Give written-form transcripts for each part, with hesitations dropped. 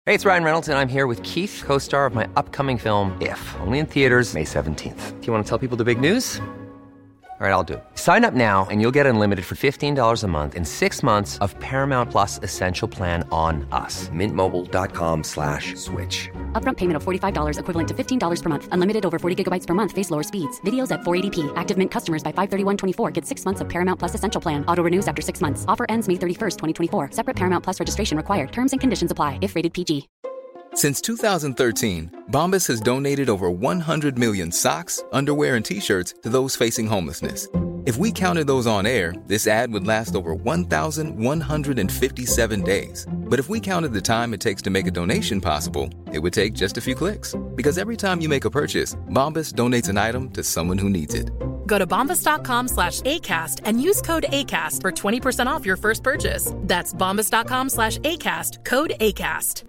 Hey, it's Ryan Reynolds, and I'm here with Keith, co-star of my upcoming film, If, only in theaters May 17th. Do you want to tell people the big news? All right, I'll do it. Sign up now and you'll get unlimited for $15 a month and 6 months of Paramount Plus Essential Plan on us. MintMobile.com/switch. Upfront payment of $45 equivalent to $15 per month. Unlimited over 40 gigabytes per month. Face lower speeds. Videos at 480p. Active Mint customers by 531.24 get 6 months of Paramount Plus Essential Plan. Auto renews after 6 months. Offer ends May 31st, 2024. Separate Paramount Plus registration required. Terms and conditions apply if rated PG. Since 2013, Bombas has donated over 100 million socks, underwear, and T-shirts to those facing homelessness. If we counted those on air, this ad would last over 1,157 days. But if we counted the time it takes to make a donation possible, it would take just a few clicks. Because every time you make a purchase, Bombas donates an item to someone who needs it. Go to bombas.com/ACAST and use code ACAST for 20% off your first purchase. That's bombas.com/ACAST, code ACAST.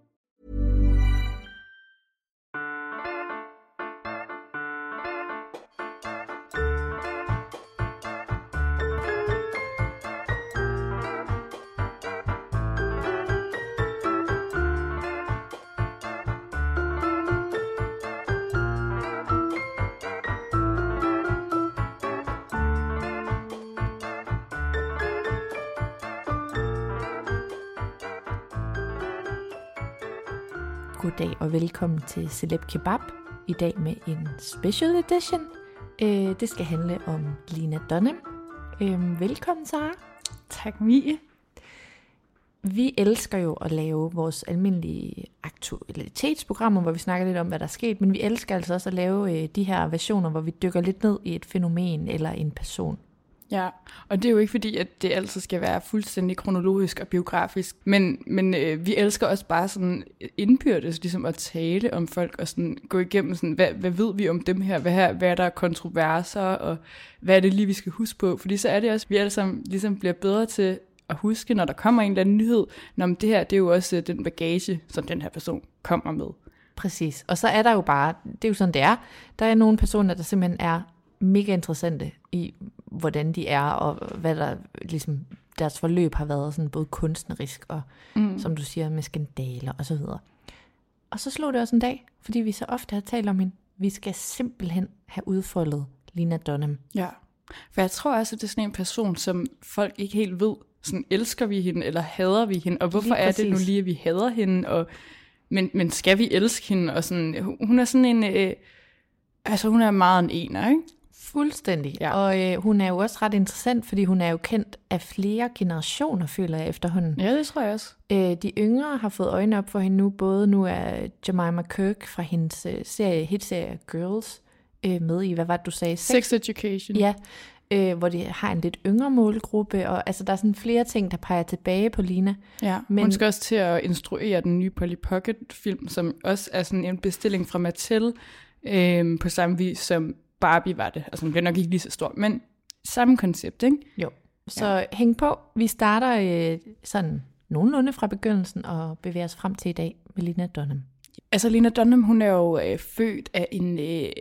Goddag og velkommen til Celeb Kebab. I dag med en special edition. Det skal handle om Lena Dunham. Velkommen, Sara. Tak, Mie. Vi elsker jo at lave vores almindelige aktualitetsprogrammer, hvor vi snakker lidt om, hvad der er sket, men vi elsker altså også at lave de her versioner, hvor vi dykker lidt ned i et fænomen eller en person. Ja, og det er jo ikke fordi, at det altid skal være fuldstændig kronologisk og biografisk, men vi elsker også bare sådan indbyrdes ligesom at tale om folk og sådan gå igennem sådan, hvad ved vi om dem her, hvad er der kontroverser, og hvad er det lige, vi skal huske på, fordi så er det også, vi alle sammen ligesom bliver bedre til at huske, når der kommer en eller anden nyhed, når det her, det er jo også den bagage, som den her person kommer med. Præcis, og så er der jo bare, det er jo sådan det er, der er nogle personer, der simpelthen er mega interessante i, hvordan de er, og hvad der ligesom deres forløb har været, sådan både kunstnerisk og, som du siger, med skandaler og så videre. Og så slog det også en dag, fordi vi så ofte har talt om hende. Vi skal simpelthen have udfoldet Lena Dunham. Ja, for jeg tror også, at det er sådan en person, som folk ikke helt ved, sådan elsker vi hende, eller hader vi hende, og hvorfor er det nu lige, at vi hader hende, og, men skal vi elske hende, og sådan, hun er sådan en, hun er meget en ener, ikke? Fuldstændig. Ja. Og hun er jo også ret interessant, fordi hun er jo kendt af flere generationer, føler jeg efterhånden. Ja, det tror jeg også. De yngre har fået øjnene op for hende nu. Både nu er Jemima Kirk fra hendes hitserie Girls med i, hvad var det, du sagde? Sex Education. Ja, hvor de har en lidt yngre målgruppe. Og altså, der er sådan flere ting, der peger tilbage på Lena. Ja, men hun skal også til at instruere den nye Polly Pocket-film, som også er sådan en bestilling fra Mattel, på samme vis som Barbie var det. Altså, den bliver nok ikke lige så stor, men samme koncept, ikke? Jo. Så hæng på. Vi starter sådan nogenlunde fra begyndelsen og bevæger os frem til i dag med Lena Dunham. Altså, Lena Dunham, hun er jo født af en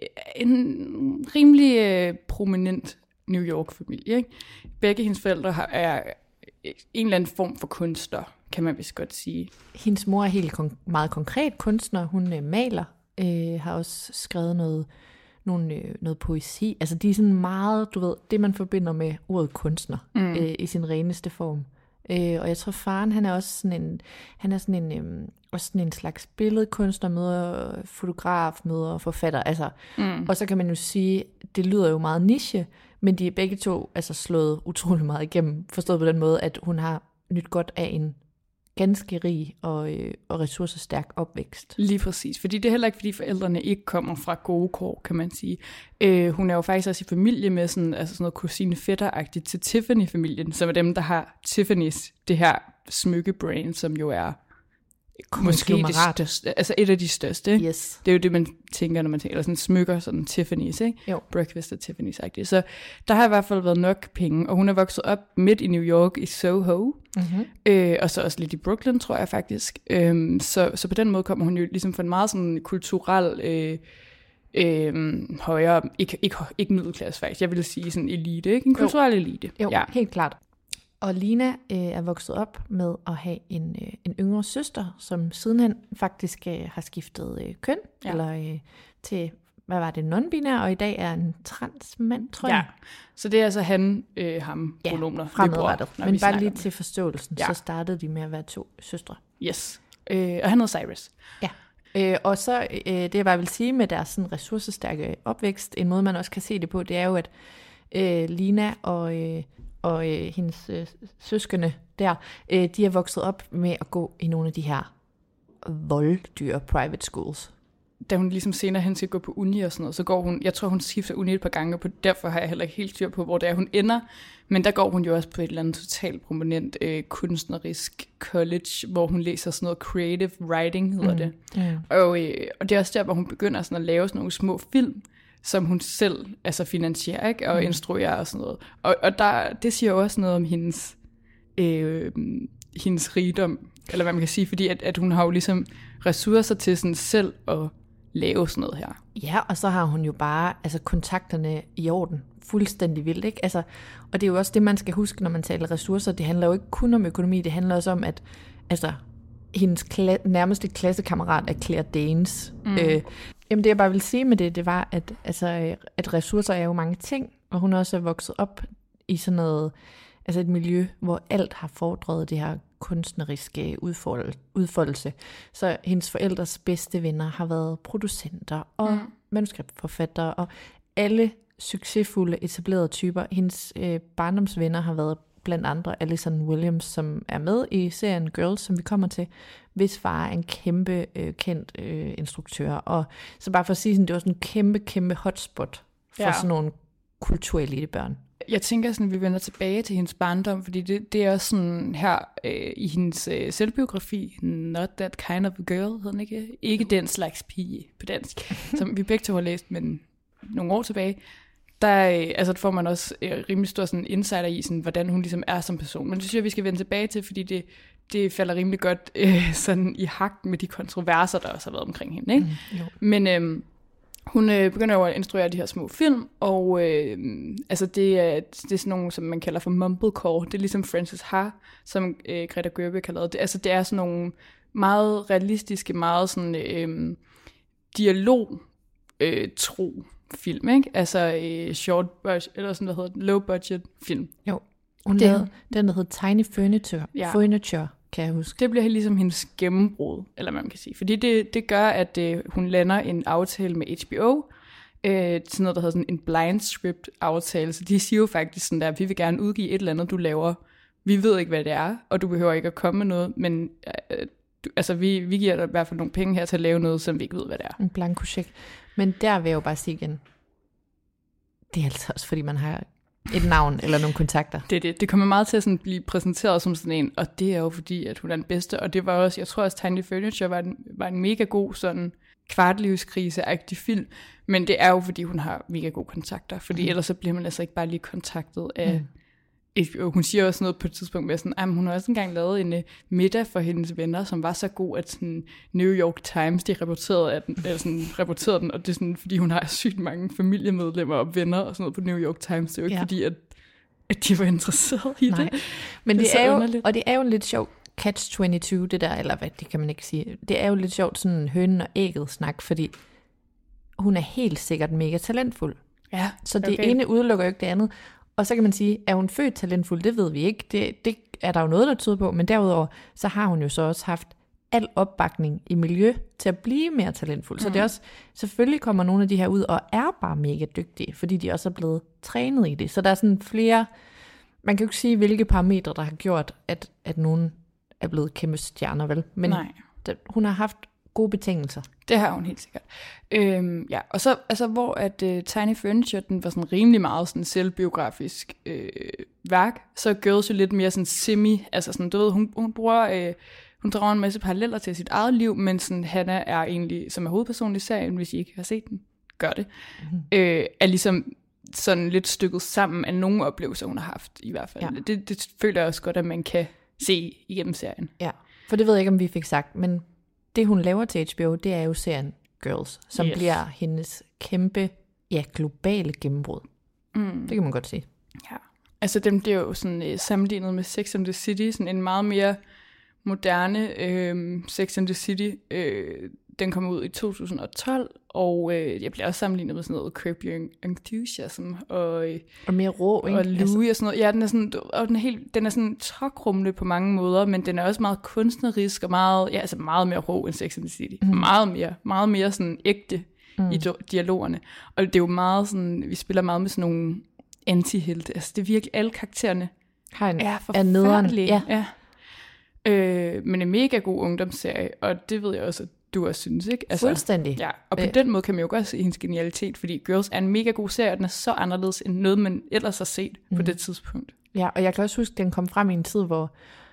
rimelig prominent New York-familie, ikke? Begge hendes forældre er en eller anden form for kunstner, kan man vist godt sige. Hendes mor er helt meget konkret kunstner. Hun maler, har også skrevet noget poesi. Altså de er sådan meget, du ved, det man forbinder med ordet kunstner i sin reneste form. Og jeg tror faren, han er også sådan en slags billedkunstner, møder fotograf, møder forfatter. Altså, og så kan man jo sige, det lyder jo meget niche, men de er begge to altså slået utrolig meget igennem, forstået på den måde, at hun har nyt godt af en ganske rig og ressourcestærk opvækst. Lige præcis, fordi det er heller ikke, fordi forældrene ikke kommer fra gode kår, kan man sige. Hun er jo faktisk også i familie med sådan noget kusine-fætter-agtigt til Tiffany-familien, som er dem, der har Tiffany's, det her smykkebrand, som jo er måske det største, altså et af de største. Yes. Det er jo det, man tænker, når man tænker, eller sådan smykker, sådan Tiffany's, ikke? Jo. Breakfast at Tiffany's-agtigt. Så der har i hvert fald været nok penge, og hun er vokset op midt i New York i Soho, og så også lidt i Brooklyn, tror jeg faktisk. Så på den måde kommer hun jo ligesom fra en meget sådan kulturel højere, ikke middelklasse faktisk, jeg vil sige sådan elite, ikke? En kulturel elite. Jo, ja. Helt klart. Og Lina er vokset op med at have en yngre søster, som sidenhen faktisk har skiftet køn, eller til, hvad var det, non-binær, og i dag er en transmand, tror jeg. Ja, så det er altså han, ham, pronomener. Fremadrettet. Men bare lige til forståelsen, så startede de med at være 2 søstre. Yes, og han hed Cyrus. Ja. Og så det jeg bare vil sige med deres sådan ressourcestærke opvækst, en måde man også kan se det på, det er jo, at Lina og hendes søskende der, de er vokset op med at gå i nogle af de her volddyre private schools. Da hun ligesom senere hen skal gå på uni og sådan noget, så går hun, jeg tror hun skifter uni et par gange, og derfor har jeg heller ikke helt styr på, hvor det er, hun ender. Men der går hun jo også på et eller andet totalt prominent kunstnerisk college, hvor hun læser sådan noget creative writing, hedder det. Og det er også der, hvor hun begynder sådan at lave sådan nogle små film, som hun selv altså finansierer, ikke? Og instruerer og sådan noget. Og der, det siger jo også noget om hendes rigdom, eller hvad man kan sige, fordi at hun har jo ligesom ressourcer til sådan selv at lave sådan noget her. Ja, og så har hun jo bare kontakterne i orden. Fuldstændig vildt, ikke? Og det er jo også det, man skal huske, når man taler ressourcer. Det handler jo ikke kun om økonomi, det handler også om, at hendes nærmeste klassekammerat er Claire Danes. Jamen det jeg bare vil sige med det var, at ressourcer er jo mange ting, og hun også er vokset op i sådan noget, et miljø, hvor alt har fordret det her kunstneriske udfoldelse. Så hendes forældres bedste venner har været producenter og manuskriptforfattere, og alle succesfulde etablerede typer. Hendes barndomsvenner har været blandt andre Alison Williams, som er med i serien Girls, som vi kommer til, hvis far er en kæmpe kendt instruktør. Og så bare for at sige, sådan, det var sådan en kæmpe hotspot for sådan nogle kulturelitebørn. Jeg tænker sådan, at vi vender tilbage til hendes barndom, fordi det er også sådan her i hendes selvbiografi, Not That Kind of a Girl, hed den ikke? Ikke den slags pige på dansk, som vi begge to har læst, men nogle år tilbage. Der får man også rimelig stor sådan insider i, sådan, hvordan hun ligesom er som person. Men det synes jeg, vi skal vende tilbage til, fordi det falder rimelig godt sådan i hak med de kontroverser, der også har været omkring hende. Ikke? Men hun begynder jo at instruere de her små film, og det er sådan nogle, som man kalder for mumblecore. Det er ligesom Frances Ha, som Greta Gerwig har lavet. Det er sådan nogle meget realistiske, meget sådan dialog-tro film, ikke? Short budget, eller sådan, der hedder low budget film. Jo, hun lavede den, der hedder Tiny Furniture, kan jeg huske. Det bliver ligesom hendes gennembrud, eller hvad man kan sige. Fordi det gør, at hun lander en aftale med HBO, sådan noget, der hedder sådan en blind script aftale. Så de siger jo faktisk sådan der, vi vil gerne udgive et eller andet, du laver. Vi ved ikke, hvad det er, og du behøver ikke at komme med noget, men vi giver dig i hvert fald nogle penge her til at lave noget, som vi ikke ved, hvad det er. En blanko check. Men der vil jeg jo bare sige igen, det er altså også, fordi man har et navn eller nogle kontakter. Det kommer meget til at sådan blive præsenteret som sådan en, og det er jo fordi, at hun er den bedste, og det var også, jeg tror også, Tiny Furniture var en mega god sådan kvartlivskrise-agtig film, men det er jo fordi, hun har mega gode kontakter, fordi ellers så bliver man altså ikke bare lige kontaktet af HBO. Hun siger også noget på et tidspunkt med sådan, hun har også engang lavet en middag for hendes venner, som var så god, at sådan New York Times, de rapporterede den, og det er sådan, fordi hun har sygt mange familiemedlemmer og venner og sådan noget på New York Times. Det er jo ikke fordi, at de var interesseret i det. Men det er jo, og det er jo lidt sjovt, catch-22, det der, eller hvad, det kan man ikke sige. Det er jo lidt sjovt, sådan hønen og ægget snak, fordi hun er helt sikkert mega talentfuld. Ja, så det ene udelukker jo ikke det andet. Og så kan man sige, er hun født talentfuld? Det ved vi ikke. Det er der jo noget, der tyder på. Men derudover, så har hun jo så også haft al opbakning i miljø til at blive mere talentfuld. Så det er også, selvfølgelig kommer nogle af de her ud og er bare mega dygtige, fordi de også er blevet trænet i det. Så der er sådan flere, man kan jo ikke sige, hvilke parametre, der har gjort, at nogen er blevet kæmpe stjerner, vel? Men hun har haft gode betingelser. Det har hun helt sikkert. Og så hvor at Tiny Furniture, den var sådan rimelig meget sådan selvbiografisk værk, så Girls jo lidt mere sådan semi, altså sådan, du ved, hun bruger, hun drager en masse paralleller til sit eget liv, men sådan Hannah er egentlig, som er hovedperson i serien, hvis I ikke har set den, gør det, er ligesom sådan lidt stykket sammen af nogle oplevelser, hun har haft i hvert fald. Ja. Det føler jeg også godt, at man kan se igennem serien. Ja, for det ved jeg ikke, om vi fik sagt, men det, hun laver til HBO, det er jo serien Girls, som bliver hendes kæmpe, globale gennembrud. Det kan man godt sige. Ja, Altså dem bliver jo sådan sammenlignet med Sex and the City, sådan en meget mere moderne Sex and the City. Den kom ud i 2012, og jeg bliver også sammenlignet med sådan noget Curb Your Enthusiasm og mere rå, ikke? Og Louis og sådan noget. Ja, den er sådan, og den er sådan tokrummende på mange måder, men den er også meget kunstnerisk og meget, ja, altså meget mere rå end Sex and the City. Meget mere sådan ægte i dialogerne. Og det er jo meget sådan, vi spiller meget med sådan nogle anti-helte. Altså det er virkelig, alle karaktererne er forfærdelige. Ja. Men en mega god ungdomsserie, og det ved jeg også, at du også synes, ikke? Altså, fuldstændig. Ja, og på den måde kan man jo godt se hendes genialitet, fordi Girls er en mega god serie, og den er så anderledes end noget, man ellers har set på det tidspunkt. Ja, og jeg kan også huske, at den kom frem i en tid, hvor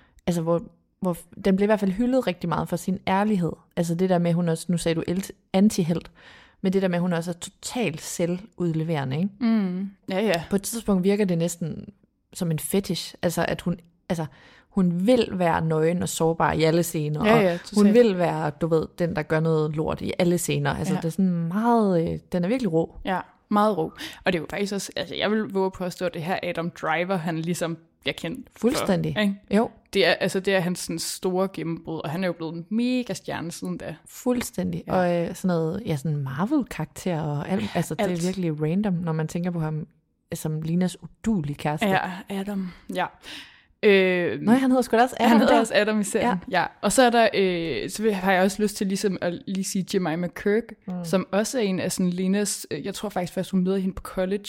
den blev i hvert fald hyldet rigtig meget for sin ærlighed. Altså det der med, hun også, nu sagde du anti-helt, men det der med, hun også er totalt selvudleverende, ikke? Ja. På et tidspunkt virker det næsten som en fetish, altså at hun vil være nøgen og sårbar i alle scener, og hun vil være, du ved, den, der gør noget lort i alle scener. Altså det er sådan meget, den er virkelig rå. Ja, meget rå. Og det er jo faktisk også, altså jeg vil våge på at stå, at det her Adam Driver, han ligesom bliver kendt fuldstændig. For, ikke? Jo. Det er hans sådan store gennembrud, og han er jo blevet en mega stjerne siden da. Fuldstændig. Ja. Og sådan noget, sådan Marvel-karakter og alt. Altså det er virkelig random, når man tænker på ham som Linas uduelige kæreste. Ja, Adam, ja. Nej, han hedder sgu da også Adam. Han hedder også Adam i serien, ja. Og så er der, så har jeg også lyst til ligesom at lige sige Jemima Kirk, som også er en af sådan Linas, jeg tror faktisk først hun møder hende på college,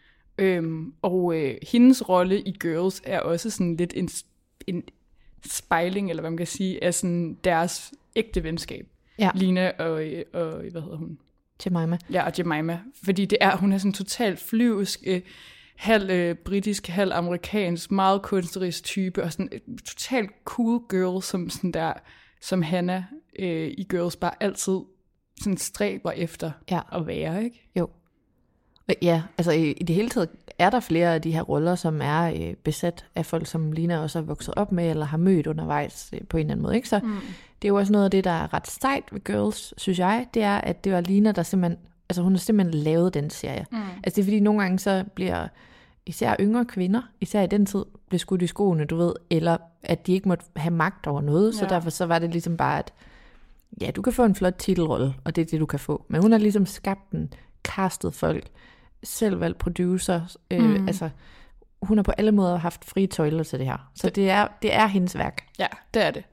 og hendes rolle i Girls er også sådan lidt en spejling, eller hvad man kan sige, af sådan deres ægte venskab. Ja. Lina og hvad hedder hun? Jemima. Ja, og Jemima, fordi hun er sådan totalt flyvsk, halv britisk, halv amerikansk, meget kunstnerisk type, og sådan en totalt cool girl, som Hannah i Girls bare altid sådan stræber efter at være, ikke? Jo. Ja, altså i det hele taget er der flere af de her roller, som er besat af folk, som Lina også har vokset op med, eller har mødt undervejs på en eller anden måde, ikke? Så det er jo også noget af det, der er ret sejt ved Girls, synes jeg, det er, at det var Lina, der simpelthen, altså hun har simpelthen lavet den serie. Altså det er fordi, nogle gange så bliver især yngre kvinder, især i den tid, blev skudt i skoene, du ved, eller at de ikke måtte have magt over noget, så derfor så var det ligesom bare, at ja, du kan få en flot titelrolle, og det er det, du kan få. Men hun har ligesom skabt den, castet folk, selv valgt producer, altså hun har på alle måder haft frie tøjler til det her. Så det er hendes værk. Ja, det er det.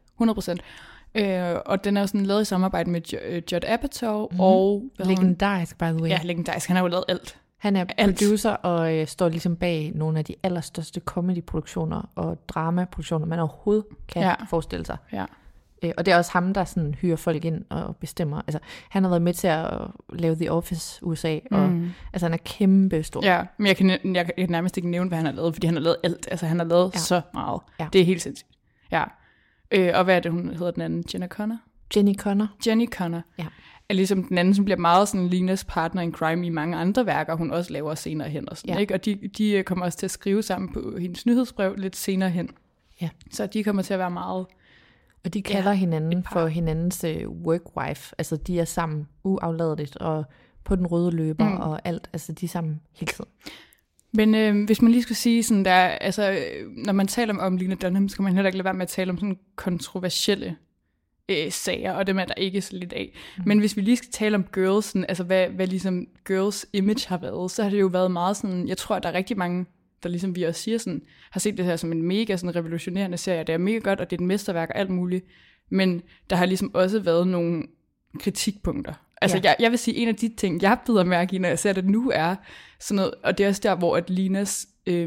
100%. Og den er jo sådan lavet i samarbejde med Judd Apatow og... Legendarisk, by the way. Ja, legendarisk. Han har jo lavet alt. Han er producer og står ligesom bag nogle af de allerstørste comedy-produktioner og drama-produktioner, man overhovedet kan forestille sig. Ja. Og det er også ham, der sådan hyrer folk ind og bestemmer. Altså, han har været med til at lave The Office USA, og altså, han er kæmpe stor. Ja, men jeg kan nærmest ikke nævne, hvad han har lavet, fordi han har lavet alt. Altså, han har lavet så meget. Ja. Det er helt sindssygt. Ja. Og hvad er det, hun hedder den anden? Jenny Connor. Ja. Er ligesom den anden, som bliver meget sådan Linas partner in crime i mange andre værker, hun også laver senere hen. Og, sådan, ikke? Og de kommer også til at skrive sammen på hendes nyhedsbrev lidt senere hen. Ja. Så de kommer til at være meget... Og de kalder hinanden for hinandens workwife. Altså de er sammen uafladeligt og på den røde løber og alt. Altså de er sammen hele tiden. Men hvis man lige skulle sige sådan der, altså når man taler om Lena Dunham, skal man heller ikke lade være med at tale om sådan kontroversielle sager, og dem er der ikke så lidt af. Men hvis vi lige skal tale om Girls, sådan, altså hvad ligesom Girls image har været, så har det jo været meget sådan, jeg tror, at der er rigtig mange, der ligesom vi også siger sådan, har set det her som en mega sådan revolutionerende serie, det er mega godt, og det er et mesterværk og alt muligt, men der har ligesom også været nogle kritikpunkter. Altså jeg vil sige, en af de ting, jeg bider mærke i, når jeg ser det nu, er sådan noget, og det er også der, hvor at Linas,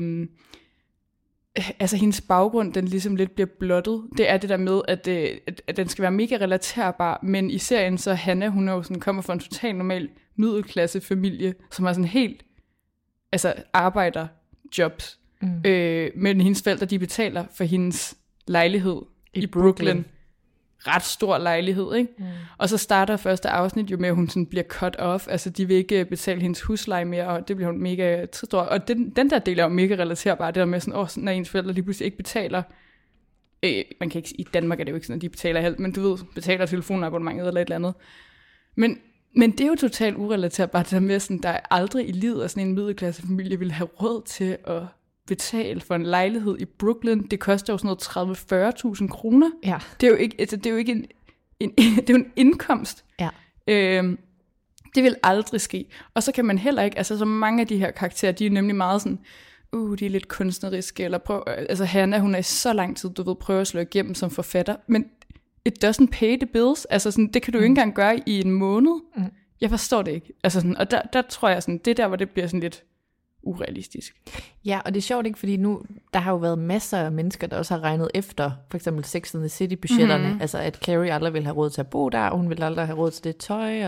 altså hendes baggrund, den ligesom lidt bliver blottet. Det er det der med, at den skal være mega relaterbar, men i serien så Hannah, hun er jo sådan, kommer fra en total normal middelklassefamilie, som har sådan helt, altså arbejderjobs. Men hendes forældre, de betaler for hendes lejlighed i Brooklyn. Ret stor lejlighed, ikke? Og så starter første afsnit jo med, at hun sådan bliver cut off, altså de vil ikke betale hendes husleje mere, og det bliver hun mega trist over. Og den der del er jo mega relaterbar, det der med sådan, når ens forældre lige pludselig ikke betaler, man kan ikke, i Danmark er det jo ikke sådan, at de betaler helt, men du ved, betaler telefonabonnementet eller et eller andet. Men det er jo totalt urelaterbart, det der med sådan, der aldrig i livet af sådan en middelklassefamilie ville have råd til betale for en lejlighed i Brooklyn. Det koster jo sådan noget 30-40.000 kroner. Ja. Det er jo ikke, det er jo ikke det er jo en indkomst. Ja. Det vil aldrig ske. Og så kan man heller ikke, altså så mange af de her karakterer, de er nemlig meget sådan, de er lidt kunstneriske, eller altså Hannah, hun er i så lang tid, du ved, prøver at slå igennem som forfatter, men it doesn't pay the bills, altså sådan, det kan du ikke engang gøre i en måned. Jeg forstår det ikke. Altså sådan, og der tror jeg sådan, det der, hvor det bliver sådan lidt urealistisk. Ja, og det er sjovt ikke, fordi nu, der har jo været masser af mennesker, der også har regnet efter, for eksempel Sex and the City-budgetterne, altså at Carrie aldrig ville have råd til at bo der, og hun ville aldrig have råd til det tøj,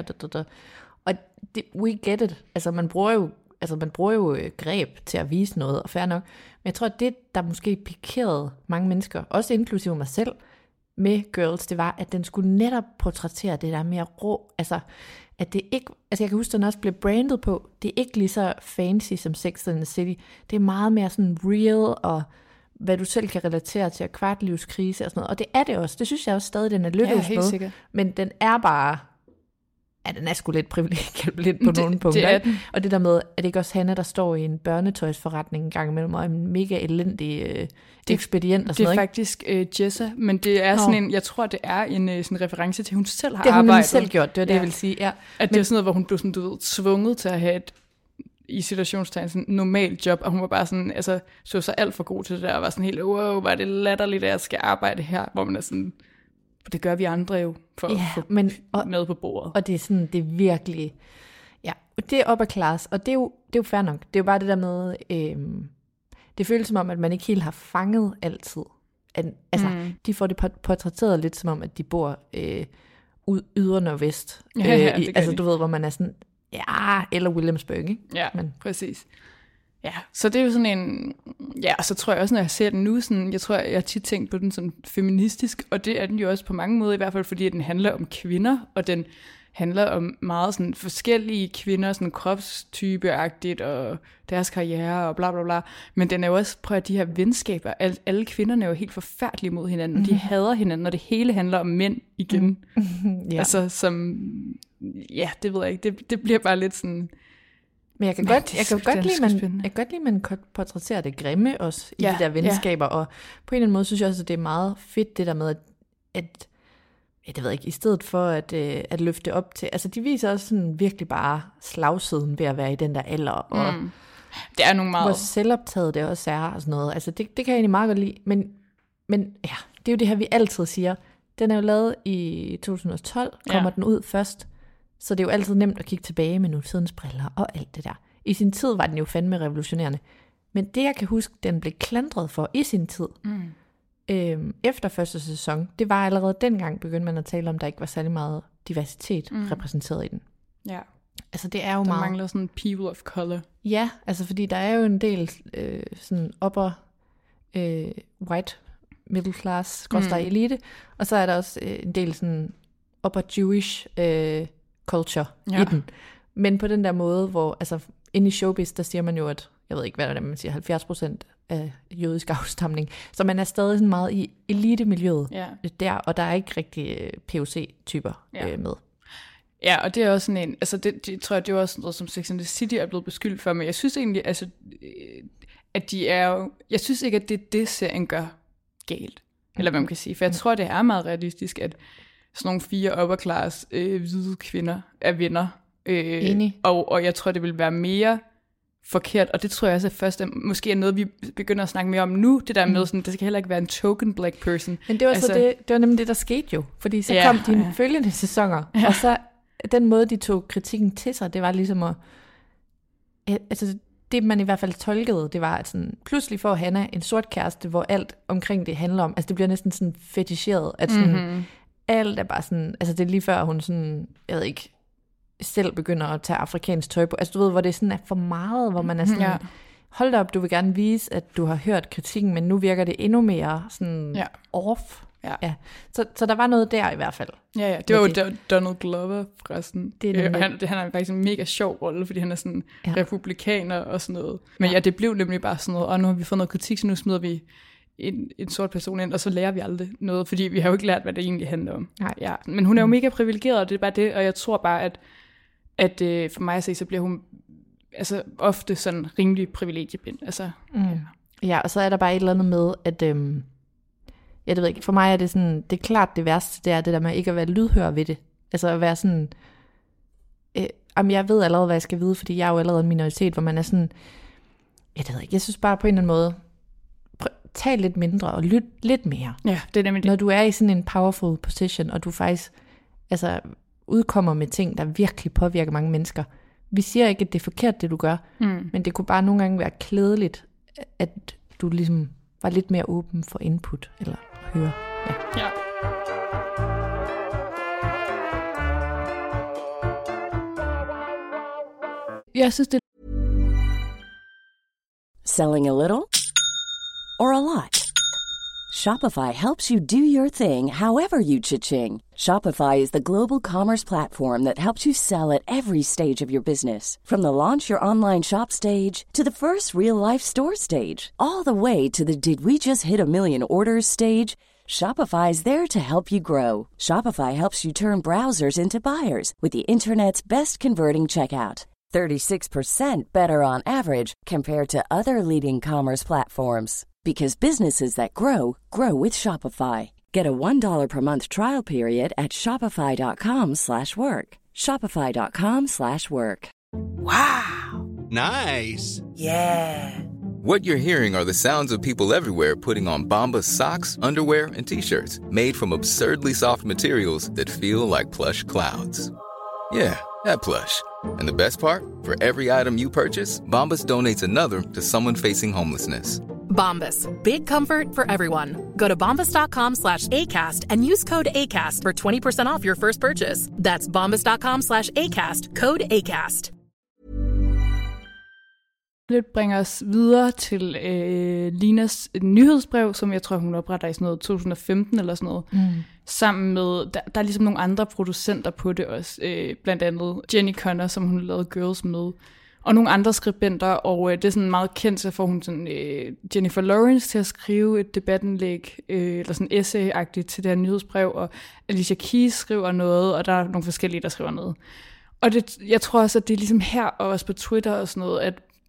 og det, we get it. Altså man bruger jo greb til at vise noget, og fair nok. Men jeg tror, at det, der måske pikerede mange mennesker, også inklusive mig selv, med Girls, det var, at den skulle netop portrættere det der mere rå, altså at det ikke, altså jeg kan huske, at den også blev brandet på, det er ikke lige så fancy som Sex and the City, det er meget mere sådan real, og hvad du selv kan relatere til, kvartlivskrise og sådan noget, og det er det også, det synes jeg også stadig, den er lykkedes med, men den er bare, ja, den er sgu lidt privilegeret lidt på nogle punkter. Det og det der med, at det ikke også Hannah, der står i en børnetøjsforretning en gang imellem, og en mega elendig ekspedient og sådan noget. Det er faktisk Jessa, men det er sådan en, jeg tror, det er en sådan reference til, hun selv har arbejdet. Det har hun selv gjort, det var det, jeg vil sige. Ja. At det er sådan noget, hvor hun blev sådan, du ved, tvunget til at have et, i situationstegn, sådan normalt job, og hun var bare sådan, altså, så alt for god til det der, og var sådan helt, wow, var det latterligt, at jeg skal arbejde her, hvor man er sådan, det gør vi andre jo, for at få mad på bordet. Og det er sådan, det er virkelig, ja, det er upper class, og det er jo fair nok. Det er jo bare det der med, det føles som om, at man ikke helt har fanget altid. Altså, de får det portrætteret lidt som om, at de bor ydre nordvest. Altså, du ved, hvor man er sådan, ja, eller Williamsburg, ikke? Ja, men præcis. Ja, så det er jo sådan en, ja, og så tror jeg også, når jeg ser den nu, sådan, jeg tror, jeg har tit tænkt på den sådan feministisk, og det er den jo også på mange måder, i hvert fald fordi den handler om kvinder, og den handler om meget sådan forskellige kvinder, sådan kropstypeagtigt, og deres karriere, og bla bla bla, men den er jo også, prøv at de her venskaber, alle kvinderne er jo helt forfærdelige mod hinanden, og de hader hinanden, og det hele handler om mænd igen. Ja. Altså som, ja, det ved jeg ikke, det bliver bare lidt sådan. Men jeg kan godt lide, man portrætterer det grimme også i de der venskaber, og på en eller anden måde synes jeg også, at det er meget fedt det der med, at det ved jeg ikke, i stedet for at løfte op til, altså de viser også sådan virkelig bare slagsiden ved at være i den der alder, og det er nogle meget, hvor selvoptaget det også er, og sådan noget, altså det kan jeg egentlig meget godt lide, men ja, det er jo det her, vi altid siger, den er jo lavet i 2012, kommer den ud først, så det er jo altid nemt at kigge tilbage med nutidens briller og alt det der. I sin tid var den jo fandme revolutionerende. Men det, jeg kan huske, den blev klandret for i sin tid, efter første sæson, det var allerede dengang, begyndte man at tale om, der ikke var særlig meget diversitet repræsenteret i den. Ja. Altså det er jo der meget. Der mangler sådan people of color. Ja, altså fordi der er jo en del sådan upper white middle class, elite, og så er der også en del sådan upper Jewish culture i den. Men på den der måde, hvor altså inde i showbiz, der siger man jo, at jeg ved ikke, hvad det er, man siger, 70% af jødisk afstamning. Så man er stadig sådan meget i elitemiljøet der, og der er ikke rigtig POC-typer med. Ja, og det er også sådan en, altså det tror jeg, det er også noget, som Sex and the City er blevet beskyldt for, men jeg synes egentlig, altså, at de er jo, jeg synes ikke, at det serien gør galt, eller hvad man kan sige, for jeg tror, det er meget realistisk, at sådan nogle 4 upperclass hvide kvinder er venner, og jeg tror, det vil være mere forkert, og det tror jeg også, at først måske er noget, vi begynder at snakke mere om nu, det der med sådan, det skal heller ikke være en token black person. Men det var altså, det var nemlig det, der skete jo, fordi så kom de følgende sæsoner, og så den måde, de tog kritikken til sig, det var ligesom at, altså det man i hvert fald tolkede, det var, at sådan, pludselig får Hannah en sort kæreste, hvor alt omkring det handler om, altså det bliver næsten sådan feticheret, at sådan, alt er bare sådan, altså det er lige før hun sådan, jeg ved ikke, selv begynder at tage afrikansk tøj på. Altså du ved, hvor det sådan er for meget, hvor man er sådan, hold da op, du vil gerne vise, at du har hørt kritikken, men nu virker det endnu mere sådan off. Ja. Så der var noget der i hvert fald. Ja, det var jo Donald Glover forresten. Han er faktisk en mega sjov rolle, fordi han er sådan republikaner og sådan noget. Men det blev nemlig bare sådan noget, og nu har vi fået noget kritik, så nu smider vi en sort person ind, og så lærer vi aldrig noget, fordi vi har jo ikke lært, hvad det egentlig handler om. Ja. Men hun er jo mega privilegeret, og det er bare det, og jeg tror bare, at for mig at se, så bliver hun altså ofte sådan rimelig privilegieblind. Altså, Ja, og så er der bare et eller andet med, at jeg ved ikke, for mig er det sådan, det er klart det værste, det er det der med ikke at være lydhør ved det. Altså at være sådan, jeg ved allerede, hvad jeg skal vide, fordi jeg er jo allerede en minoritet, hvor man er sådan, jeg ved ikke, jeg synes bare på en eller anden måde, tal lidt mindre og lyt lidt mere. Ja, det er nemlig det. Når du er i sådan en powerful position, og du faktisk udkommer med ting, der virkelig påvirker mange mennesker. Vi siger ikke, at det er forkert, det du gør, men det kunne bare nogle gange være klædeligt, at du ligesom var lidt mere åben for input, eller høre. Ja. Jeg synes, det Selling a little or a lot? Shopify helps you do your thing however you cha-ching. Shopify is the global commerce platform that helps you sell at every stage of your business. From the launch your online shop stage to the first real-life store stage, all the way to the did we just hit a million orders stage. Shopify's there to help you grow. Shopify helps you turn browsers into buyers with the internet's best converting checkout. 36% better on average compared to other leading commerce platforms. Because businesses that grow, grow with Shopify. Get a $1 per month trial period at shopify.com/work. Shopify.com/work. Wow. Nice. Yeah. What you're hearing are the sounds of people everywhere putting on Bombas socks, underwear, and T-shirts made from absurdly soft materials that feel like plush clouds. Yeah, that plush. And the best part? For every item you purchase, Bombas donates another to someone facing homelessness. Bombas. Big comfort for everyone. Go to bombas.com/ACAST and use code ACAST for 20% off your first purchase. That's bombas.com/ACAST. Code ACAST. Det bringer os videre til Linas nyhedsbrev, som jeg tror, hun opretter i sådan noget 2015 eller sådan noget. Sammen med, der er ligesom nogle andre producenter på det også. Blandt andet Jenny Connor, som hun lavede Girls med. Og nogle andre skribenter, og det er sådan meget kendt, så får hun sådan Jennifer Lawrence til at skrive et debatindlæg, eller sådan essay-agtigt til det her nyhedsbrev, og Alicia Keys skriver noget, og der er nogle forskellige, der skriver noget. Og jeg tror også, at det er ligesom her, og også på Twitter og sådan noget,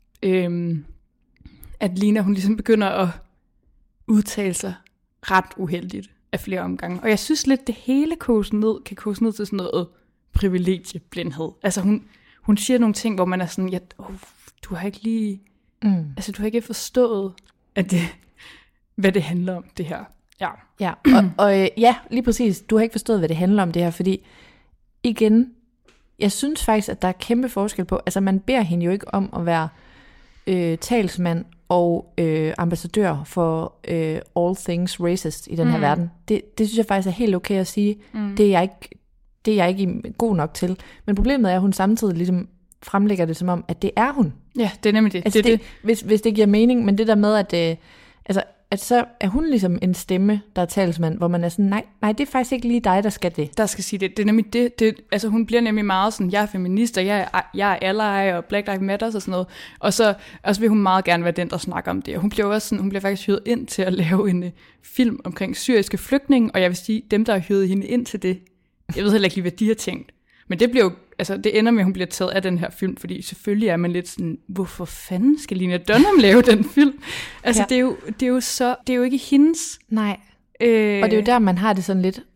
at Lina, hun ligesom begynder at udtale sig ret uheldigt af flere omgange. Og jeg synes lidt, det hele kan kose ned til sådan noget privilegieblindhed. Altså hun siger nogle ting, hvor man er sådan, du har ikke lige, altså du har ikke forstået, at hvad det handler om, det her. Ja, og lige præcis, du har ikke forstået, hvad det handler om det her, fordi igen, jeg synes faktisk, at der er kæmpe forskel på, altså man beder hende jo ikke om at være talsmand og ambassadør for all things racist i den her verden. Det synes jeg faktisk er helt okay at sige. Det er jeg ikke god nok til. Men problemet er, at hun samtidig ligesom fremlægger det som om, at det er hun. Ja, det er nemlig det. Altså det. Hvis det giver mening, men det der med, at så er hun ligesom en stemme, der er talsmand, hvor man er sådan, nej, det er faktisk ikke lige dig, der skal det. Der skal sige det. Det er nemlig det. Altså hun bliver nemlig meget sådan, jeg er feminist, og jeg er ally, og Black Lives Matter og sådan noget. Og så vil hun meget gerne være den, der snakker om det. Og hun bliver faktisk hyret ind til at lave en film omkring syriske flygtninge, og jeg vil sige, dem, der har hyret hende ind til det, jeg ved heller ikke lige, hvad de har tænkt. Men det bliver jo, altså det ender med, at hun bliver taget af den her film, fordi selvfølgelig er man lidt sådan, hvorfor fanden skal Lena Dunham lave den film? Altså det er jo ikke hendes. Nej. Og det er jo der, man har det sådan lidt.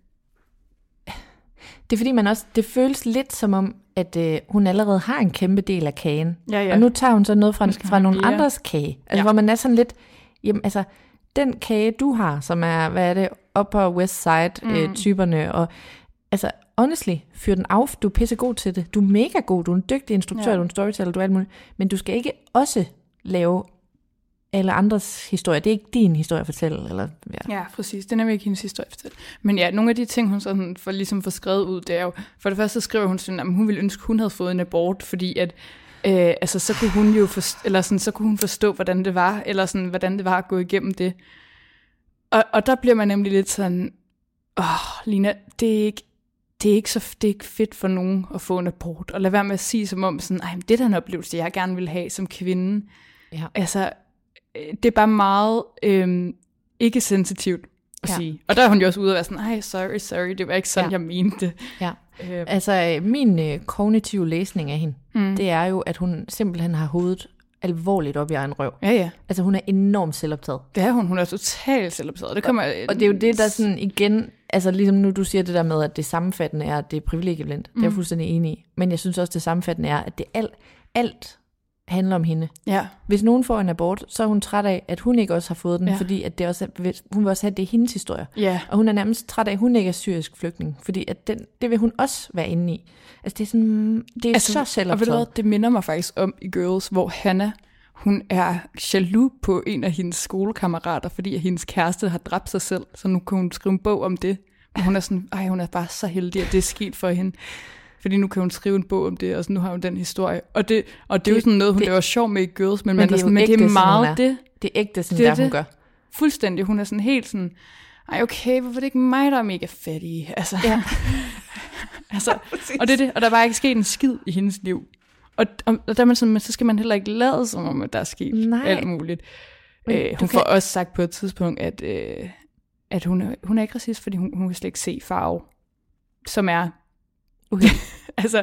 Det er fordi man også, det føles lidt som om, at hun allerede har en kæmpe del af kagen. Ja. Og nu tager hun så noget fra nogle andres kage. Altså hvor man er sådan lidt, jamen altså, den kage du har, som er, hvad er det, Upper West Side typerne, og altså, honestly, fyr den af, du er pissegod til det. Du er mega god, du er en dygtig instruktør, du er en storyteller, du er alt muligt. Men du skal ikke også lave alle andres historie. Det er ikke din historie at fortælle. Eller, ja, præcis. Det er nemlig ikke hendes historie at fortælle. Men ja, nogle af de ting, hun sådan får skrevet ud, det er jo, for det første så skriver hun sådan, at hun ville ønske, hun havde fået en abort, fordi at altså, så kunne hun jo så kunne hun forstå, hvordan det var, eller sådan, hvordan det var at gå igennem det. Og der bliver man nemlig lidt sådan, Lina, det er ikke fedt for nogen at få en abort, og lad være med at sige som om sådan, det er da en oplevelse, jeg gerne vil have som kvinde. Ja. Altså, det er bare meget ikke sensitivt at sige. Og der er hun jo også ude og være sådan, sorry, det var ikke sådan, jeg mente. Ja. Altså, min kognitive læsning af hende, det er jo, at hun simpelthen har hovedet alvorligt op i egen røv. Ja. Altså hun er enormt selvoptaget. Det er hun. Hun er totalt selvoptaget. Det kommer, og det er jo det, der sådan igen, altså ligesom nu du siger det der med, at det sammenfattende er, at det er privilegieblindt. Det er jeg fuldstændig enig i. Men jeg synes også, det sammenfattende er, at det alt handler om hende. Ja. Hvis nogen får en abort, så er hun træt af, at hun ikke også har fået den, fordi at det også er, hun vil også have, at det er hendes historie. Ja. Og hun er nærmest træt af, at hun ikke er syrisk flygtning, fordi at det vil hun også være inde i. Altså det er sådan, det er altså, så selvoptaget. Og ved du hvad, det minder mig faktisk om i Girls, hvor Hannah, hun er jaloux på en af hendes skolekammerater, fordi at hendes kæreste har dræbt sig selv, så nu kan hun skrive en bog om det. Og hun er sådan, hun er bare så heldig, at det er sket for hende. Fordi nu kan hun skrive en bog om det, og så nu har hun den historie. Og det er jo sådan noget, hun laver sjov med i Girls, men det er meget det. Det er ægte, sådan det, hun gør. Fuldstændig. Hun er sådan helt sådan, okay, hvorfor er det ikke mig, der er mega fattig? Altså, ja. altså, og det er det, og der er bare ikke sket en skid i hendes liv. Og der er man sådan, så skal man heller ikke lade som om, at der er sket alt muligt. Hun får også sagt på et tidspunkt, at hun er ikke racist, fordi hun kan slet ikke se farve, som er altså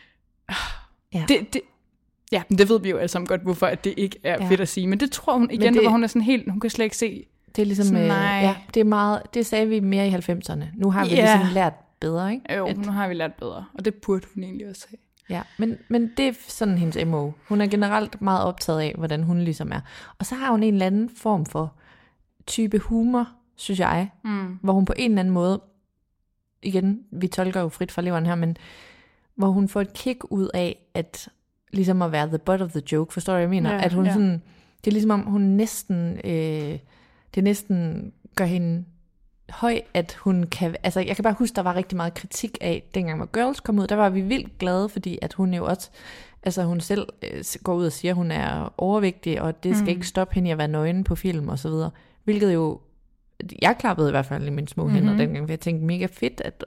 det ved vi jo alle sammen godt, hvorfor at det ikke er fedt at sige, men det tror hun igen, hvor hun er sådan helt, hun kan slet ikke se. Det er ligesom sådan, det er meget, det sagde vi mere i 90'erne. Nu har vi ligesom lært bedre, ikke? Jo, nu har vi lært bedre, og det burde hun egentlig også have. Ja, men det er sådan hendes MO. Hun er generelt meget optaget af, hvordan hun ligesom er. Og så har hun en eller anden form for type humor, synes jeg, hvor hun på en eller anden måde, igen, vi tolker jo frit fra leveren her, men hvor hun får et kick ud af, at ligesom at være the butt of the joke, forstår du, hvad jeg mener? At hun sådan, det er ligesom om hun næsten, det næsten gør hende høj, at hun kan, altså jeg kan bare huske, der var rigtig meget kritik af, dengang hvor Girls kom ud, der var vi vildt glade, fordi at hun jo også, altså hun selv går ud og siger, at hun er overvægtig, og det skal ikke stoppe hende i at være nøgen på film og så videre, hvilket jo, jeg klappede i hvert fald i mine små hænder dengang, for jeg tænkte mega fedt, at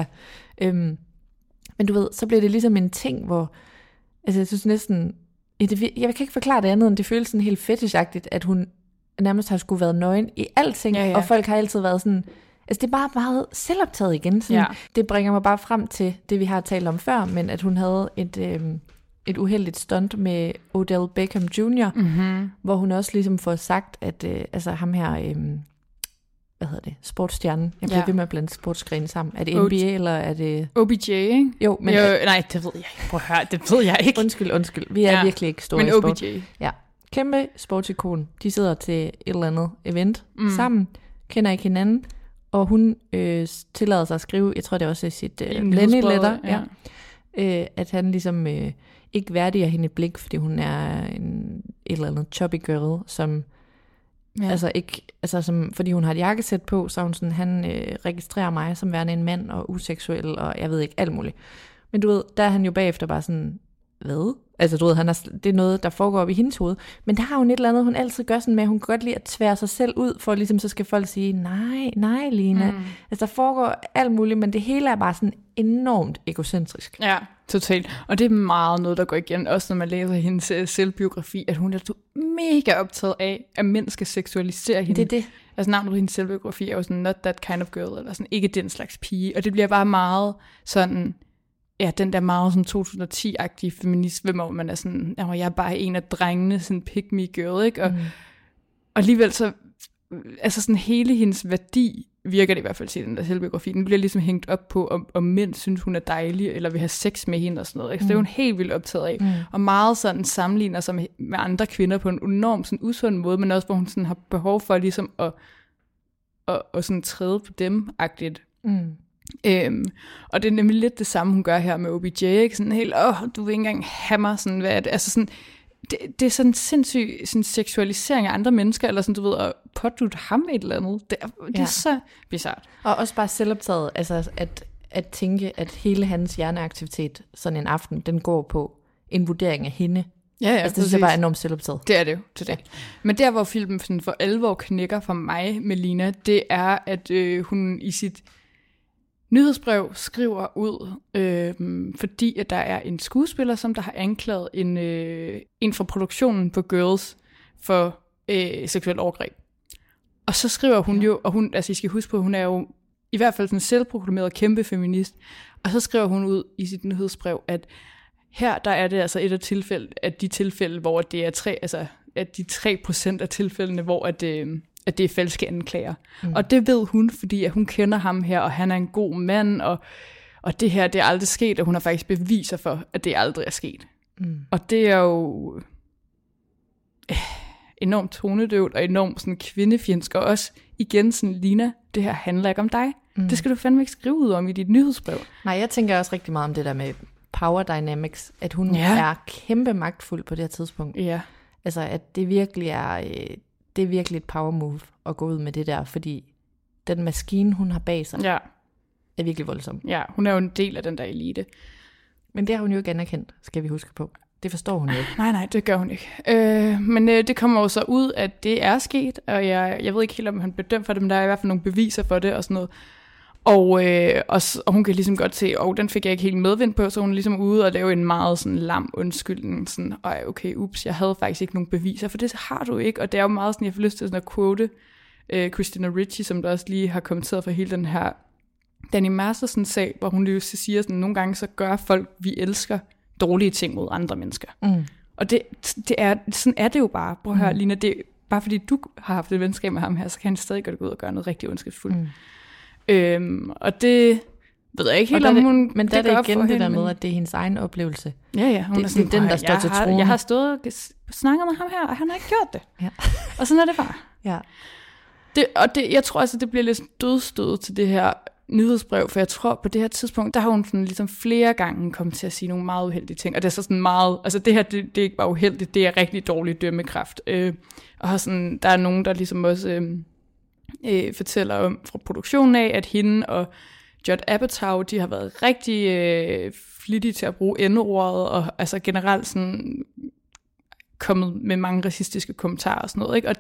men du ved, så blev det ligesom en ting, hvor, altså jeg synes næsten, jeg kan ikke forklare det andet, end det føles sådan helt fetishagtigt, at hun nærmest har skulle været nøgen i alting, og folk har altid været sådan, altså det er bare meget selvoptaget igen, sådan, det bringer mig bare frem til det, vi har talt om før, men at hun havde et uheldigt stunt med Odell Beckham Jr., hvor hun også ligesom får sagt, at altså ham her, hvad hedder det, sportsstjernen, jeg bliver ved med at blande sportsgrene sammen, er det NBA eller er det... OBJ, ikke? Jo, men... nej, det ved jeg ikke, prøv at høre, det ved jeg ikke. Undskyld, vi er virkelig ikke store i sport. Men OBJ. Ja, kæmpe sportsikon, de sidder til et eller andet event sammen, kender ikke hinanden, og hun tillader sig at skrive, jeg tror det også er sit Lenny-letter, at han ligesom ikke værdiger hende et blik, fordi hun er et eller andet chubby girl, som altså ikke, altså som, fordi hun har et jakkesæt på, så hun sådan, han registrerer mig som værende en mand og useksuel, og jeg ved ikke, alt muligt. Men du ved, der er han jo bagefter bare sådan, hvad? Altså du ved, det er noget, der foregår op i hendes hoved. Men der har hun et eller andet, hun altid gør sådan med, at hun kan godt lide at tvære sig selv ud, for ligesom så skal folk sige, nej Lina. Altså der foregår alt muligt, men det hele er bare sådan enormt egocentrisk. Ja, totalt. Og det er meget noget, der går igen, også når man læser hendes selvbiografi, at hun er mega optaget af, at mænd skal seksualisere hende. Det er det. Altså navnet på hendes selvbiografi er jo sådan, not that kind of girl, eller sådan, ikke den slags pige. Og det bliver bare meget sådan... Ja, den der meget sådan 2010-agtige feminisme, hvor man er sådan, jeg er bare en af drengene, sådan pick me girl, ikke? Og alligevel så, altså sådan hele hendes værdi, virker det i hvert fald til den der selvbiografi, den bliver ligesom hængt op på, om mænd synes, hun er dejlig, eller vil have sex med hende og sådan noget, ikke? Så det er hun helt vildt optaget af. Og meget sådan sammenligner sig med andre kvinder på en enormt sådan usund måde, men også hvor hun sådan har behov for ligesom at sådan træde på dem-agtigt. Og det er nemlig lidt det samme, hun gør her med OBJ, ikke? Sådan helt, du vil ikke engang have mig, sådan, hvad er det? Altså sådan, det er sådan en sindssyg sådan seksualisering af andre mennesker, eller sådan, du ved, at pådutte ham et eller andet. Det er så bizarrt. Og også bare selvoptaget, altså at tænke, at hele hans hjerneaktivitet sådan en aften, den går på en vurdering af hende. Ja, altså det synes jeg bare er enormt selvoptaget. Det er det jo, totalt. Ja. Men der, hvor filmen sådan for alvor knækker for mig, Melina, det er, at hun i sit nyhedsbrev skriver ud, fordi at der er en skuespiller, som der har anklaget en fra produktionen på Girls for seksuelt overgreb. Og så skriver hun jo, og hun, altså I skal huske på, hun er jo i hvert fald sådan en selvproklameret kæmpe feminist, og så skriver hun ud i sit nyhedsbrev, at her der er det altså et af de tilfælde, hvor det er at de 3% af tilfældene, hvor at det er falske anklager. Og det ved hun, fordi at hun kender ham her, og han er en god mand, og det her, det er aldrig sket, og hun har faktisk beviser for, at det aldrig er sket. Og det er jo enormt tonedøvt, og enormt sådan kvindefjendsk, og også igen sådan, Lina, det her handler ikke om dig. Det skal du fandme ikke skrive ud om i dit nyhedsbrev. Nej, jeg tænker også rigtig meget om det der med power dynamics, at hun er kæmpe magtfuld på det her tidspunkt. Ja. Altså, at det virkelig er et power move at gå ud med det der, fordi den maskine, hun har bag sig, er virkelig voldsom. Ja, hun er jo en del af den der elite. Men det har hun jo ikke anerkendt, skal vi huske på. Det forstår hun jo ikke. Nej, det gør hun ikke. Men det kommer jo så ud, at det er sket, og jeg ved ikke helt, om han bliver dømt for det, men der er i hvert fald nogle beviser for det og sådan noget. Og hun kan ligesom godt se, den fik jeg ikke helt medvind på, så hun er ligesom ude og lave en meget sådan lam undskyldning, sådan, okay, ups, jeg havde faktisk ikke nogen beviser, for det har du ikke, og det er jo meget sådan, jeg får lyst til sådan at quote Christina Ricci, som der også lige har kommenteret for hele den her Danny Masterson-sag, hvor hun jo siger sådan, nogle gange så gør folk, vi elsker, dårlige ting mod andre mennesker. Og det er, sådan er det jo bare. Prøv at høre, Lina, det er bare fordi du har haft et venskab med ham her, så kan han stadig godt gå ud og gøre noget rigtig ondskabsfuldt. Og det ved jeg ikke helt, om hun... Men der er det igen det der med, at det er hendes egen oplevelse. Ja, hun det, er sådan, det er den, der står til tronen. Jeg har stået og snakket med ham her, og han har ikke gjort det. Ja. Og sådan er det bare. Ja. Jeg tror altså, det bliver lidt dødstød til det her nyhedsbrev, for jeg tror på det her tidspunkt, der har hun sådan ligesom flere gange kommet til at sige nogle meget uheldige ting, og det er så sådan meget, altså det her, det er ikke bare uheldigt, det er rigtig dårlig dømmekraft. Og sådan, der er nogen, der ligesom også fortæller om fra produktionen af, at hende og Judd Apatow, de har været rigtig flittige til at bruge N-ordet, og altså generelt sådan kommet med mange racistiske kommentarer og sådan noget, ikke? Og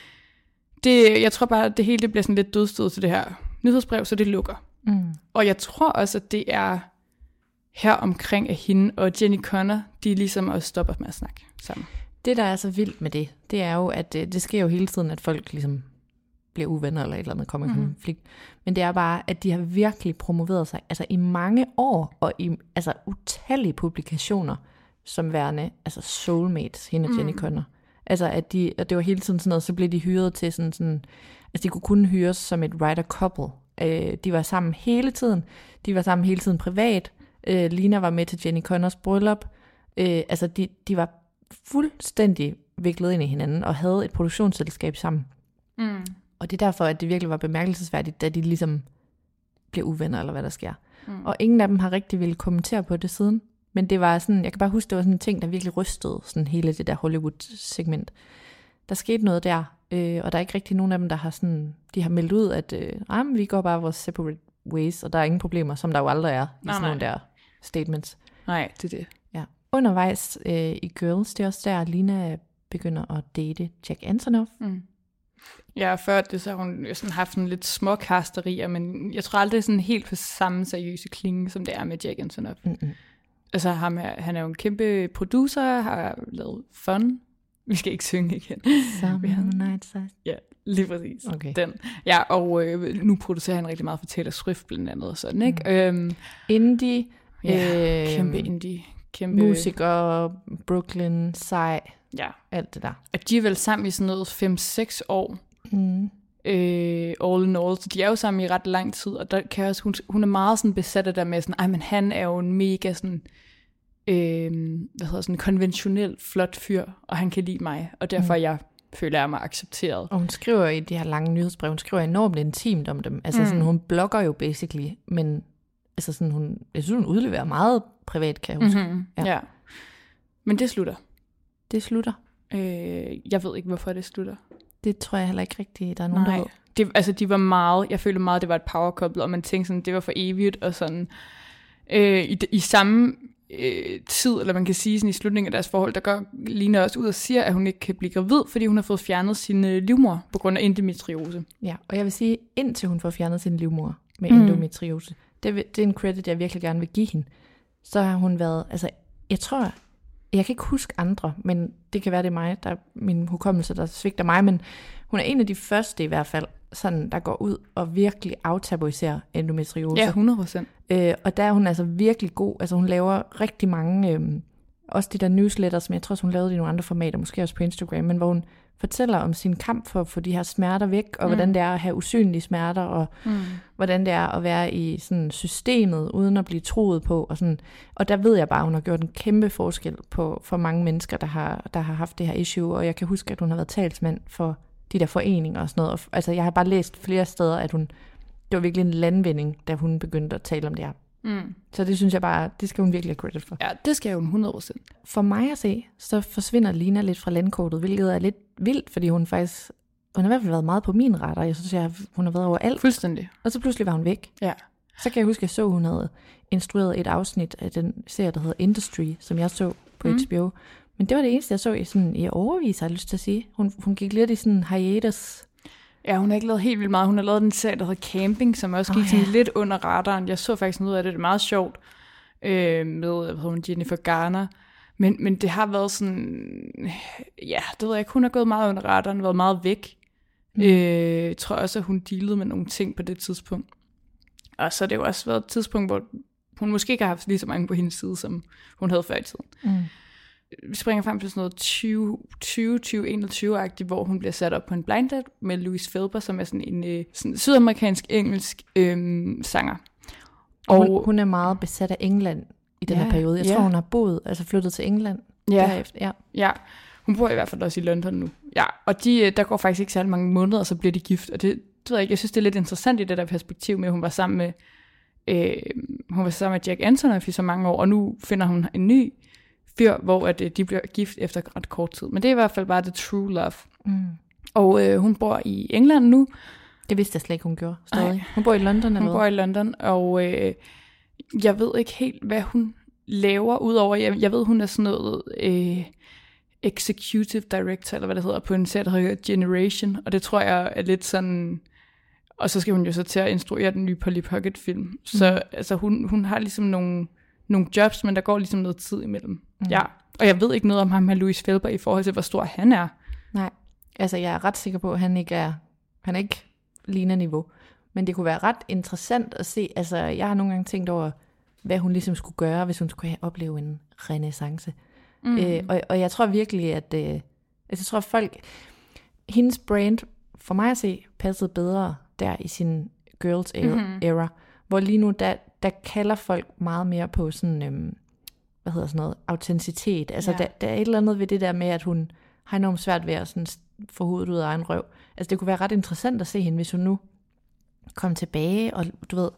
det jeg tror bare, at det hele det bliver sådan lidt dødstød til det her nyhedsbrev, så det lukker. Og jeg tror også, at det er her omkring af hende og Jenny Connor, de ligesom også stopper med at snakke sammen. Det, der er så vildt med det er jo, at det sker jo hele tiden, at folk ligesom bliver uvenner eller et eller andet, kommer i konflikt. Men det er bare, at de har virkelig promoveret sig, altså i mange år, og i altså utallige publikationer, som værende, altså soulmates, hende og Jenny Connor. Altså, at det var hele tiden sådan noget, så blev de hyret til sådan altså de kunne kun hyres som et writer couple. De var sammen hele tiden. De var sammen hele tiden privat. Lina var med til Jenny Connors bryllup. Altså, de var fuldstændig viklet ind i hinanden, og havde et produktionsselskab sammen. Og det er derfor, at det virkelig var bemærkelsesværdigt, da de ligesom bliver uvenner, eller hvad der sker. Og ingen af dem har rigtig ville kommentere på det siden. Men det var sådan, jeg kan bare huske, det var sådan en ting, der virkelig rystede sådan hele det der Hollywood-segment. Der skete noget der, og der er ikke rigtig nogen af dem, der har sådan, de har meldt ud, at vi går bare vores separate ways, og der er ingen problemer, som der jo aldrig er i sådan nogle der statements. Nej, det er det. Ja. Undervejs i Girls, det er også der, Lina begynder at date Jack Antonoff. Ja, før det, så har hun sådan haft sådan lidt små kasterier, men jeg tror aldrig sådan helt på samme seriøse klinge, som det er med Jack Antonoff. Altså han er jo en kæmpe producer, har lavet Fun. Vi skal ikke synge igen. Summer Nights. Ja, lige præcis. Okay. Den. Ja, og nu producerer han rigtig meget for Taylor Swift blandt andet og sådan, ikke? Indie. Ja, kæmpe indie. Kæmpe musiker, Brooklyn, sej. Ja. Alt det der. Og de er vel sammen i sådan noget 5-6 år. All in all. Så de er jo sammen i ret lang tid, og der kan også, hun er meget sådan besat af der med sådan, men han er jo en mega sådan, sådan konventionel flot fyr, og han kan lide mig, og derfor føler jeg mig accepteret. Og hun skriver i de her lange nyhedsbrev, hun skriver enormt intimt om dem. Altså sådan, hun blogger jo basically, men altså sådan, jeg synes, hun udleverer meget privat, kan jeg huske. Ja. Men det slutter. Det slutter. Jeg ved ikke, hvorfor det slutter. Det tror jeg heller ikke rigtigt, der er nogen, der ved. De var meget, jeg følte meget, det var et power couple, og man tænkte sådan, det var for evigt, og sådan, i samme tid, eller man kan sige sådan i slutningen af deres forhold, der går Lina også ud og siger, at hun ikke kan blive gravid, fordi hun har fået fjernet sin livmor på grund af endometriose. Ja, og jeg vil sige, indtil hun får fjernet sin livmor med endometriose, det er en credit, jeg virkelig gerne vil give hende, så har hun været, altså jeg kan ikke huske andre, men det kan være, det er mig, der min hukommelse, der svigter mig, men hun er en af de første i hvert fald, sådan, der går ud og virkelig aftabuiserer endometriose. Ja, 100%. Og der er hun altså virkelig god. Altså hun laver rigtig mange også de der newsletters, som jeg tror, hun lavede i nogle andre formater, måske også på Instagram, men hvor hun fortæller om sin kamp for at få de her smerter væk, og hvordan det er at have usynlige smerter, og hvordan det er at være i sådan systemet, uden at blive troet på. Og der ved jeg bare, at hun har gjort en kæmpe forskel for mange mennesker, der har haft det her issue, og jeg kan huske, at hun har været talsmand for de der foreninger og sådan noget. Og, altså, jeg har bare læst flere steder, at det var virkelig en landvinding, da hun begyndte at tale om det her. Så det synes jeg bare, det skal hun virkelig have credit for. Ja, det skal hun 100%. For mig at se, så forsvinder Lina lidt fra landkortet, hvilket er lidt vildt, fordi hun har i hvert fald været meget på min radar. Jeg synes, hun har været overalt. Fuldstændig. Og så pludselig var hun væk. Ja. Så kan jeg huske, at hun havde instrueret et afsnit af den serie, der hedder Industry, som jeg så på HBO. Men det var det eneste, jeg så i overvis, har jeg lyst til at sige. Hun gik lidt i sådan en hiatus. Ja, hun har ikke lavet helt vildt meget. Hun har lavet en serie, der hedder Camping, som også gik sådan lidt under radaren. Jeg så faktisk noget af det. Det er meget sjovt med Jennifer Garner. Men det har været sådan... Ja, det ved jeg ikke. Hun har gået meget under radaren, været meget væk. Jeg tror også, at hun dealede med nogle ting på det tidspunkt. Og så har det jo også været et tidspunkt, hvor hun måske ikke har haft lige så mange på hendes side, som hun havde før i tiden. Vi springer frem til sådan noget 2021-agtigt, hvor hun bliver sat op på en blind date med Louise Felber, som er sådan en sådan sydamerikansk-engelsk sanger. Og hun er meget besat af England i den her periode. Jeg tror, hun har flyttet til England derefter. Ja, hun bor i hvert fald også i London nu. Ja, og der går faktisk ikke særlig mange måneder, og så bliver de gift. Og det ved jeg ikke, jeg synes, det er lidt interessant i det der perspektiv med, at hun var sammen med Jack Antonoff i så mange år, og nu finder hun en ny fyr, hvor de bliver gift efter ret kort tid. Men det er i hvert fald bare the true love. Og hun bor i England nu. Det vidste jeg slet ikke, hun gjorde stadig. Hun bor i London. Hun bor i London, og jeg ved ikke helt, hvad hun laver, udover, jeg ved, hun er sådan noget executive director, eller hvad det hedder, på en serie, der hedder Generation, og det tror jeg er lidt sådan, og så skal hun jo så til at instruere den nye Polly Pocket-film. Så altså, hun har ligesom nogle jobs, men der går ligesom noget tid imellem. Ja, og jeg ved ikke noget om ham her, Louise Felber, i forhold til, hvor stor han er. Nej, altså jeg er ret sikker på, at han er ikke Lina-niveau. Men det kunne være ret interessant at se, altså jeg har nogle gange tænkt over, hvad hun ligesom skulle gøre, hvis hun skulle opleve en renæssance. Og jeg tror virkelig, at jeg tror, at hendes brand, for mig at se, passede bedre der i sin girls era, hvor lige nu, der kalder folk meget mere på sådan, autenticitet. Altså der er et eller andet ved det der med, at hun har enormt svært ved at sådan få hovedet ud af egen røv. Altså det kunne være ret interessant at se hende, hvis hun nu kom tilbage, og du ved,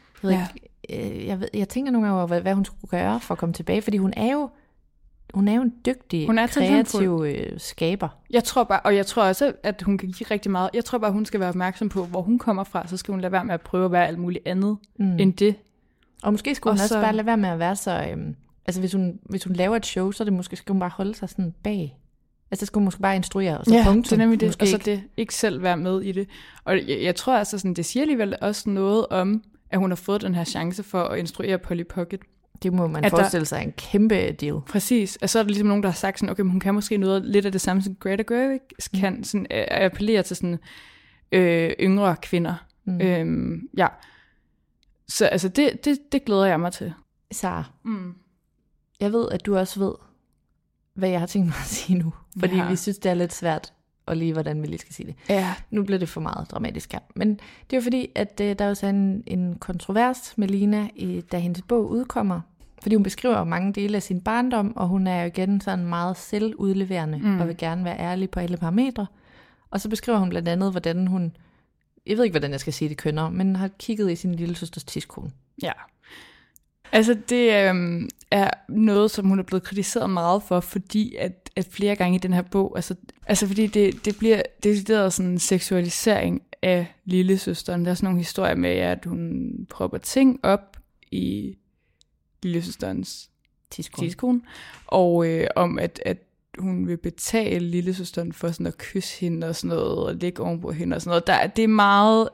jeg tænker nogle gange over, hvad hun skulle gøre for at komme tilbage, fordi hun er jo en dygtig, kreativ skaber. Jeg tror også, at hun kan give rigtig meget. Jeg tror bare, hun skal være opmærksom på, hvor hun kommer fra, så skal hun lade være med at prøve at være alt muligt andet end det. Og måske skulle hun også bare lade være med at være så... altså hvis hun laver et show, så det måske, skal hun bare holde sig sådan bag. Altså skal hun måske bare instruere, og så punktum. Det er nemlig det. Og så det ikke selv være med i det. Og jeg tror altså, sådan, det siger alligevel også noget om, at hun har fået den her chance for at instruere Polly Pocket. Det må man forestille sig en kæmpe deal. Præcis. Og så er der ligesom nogen, der har sagt sådan, okay, men hun kan måske noget lidt af det samme, som Greta Gerwig kan sådan, appellere til sådan yngre kvinder. Ja. Så altså, det glæder jeg mig til. Sara, jeg ved, at du også ved, hvad jeg har tænkt mig at sige nu. Fordi vi synes, det er lidt svært, og lige hvordan vi lige skal sige det. Ja. Nu bliver det for meget dramatisk her. Men det er jo fordi, at der er også en kontrovers med Lina, da hendes bog udkommer. Fordi hun beskriver mange dele af sin barndom, og hun er jo igen sådan meget selvudleverende, og vil gerne være ærlig på alle parametre. Og så beskriver hun blandt andet, hvordan hun, jeg ved ikke, hvordan jeg skal sige det kønner, men har kigget i sin lille søsters tidskone. Ja. Altså det er noget, som hun er blevet kritiseret meget for, fordi at flere gange i den her bog, altså fordi det bliver decideret sådan en seksualisering af lillesøsteren. Der er sådan nogle historier med, at hun propper ting op i lillesøsterens tidskone, og om at hun vil betale lillesøsteren for sådan at kysse hende og sådan noget, og ligge ovenpå hende og sådan noget. Det er meget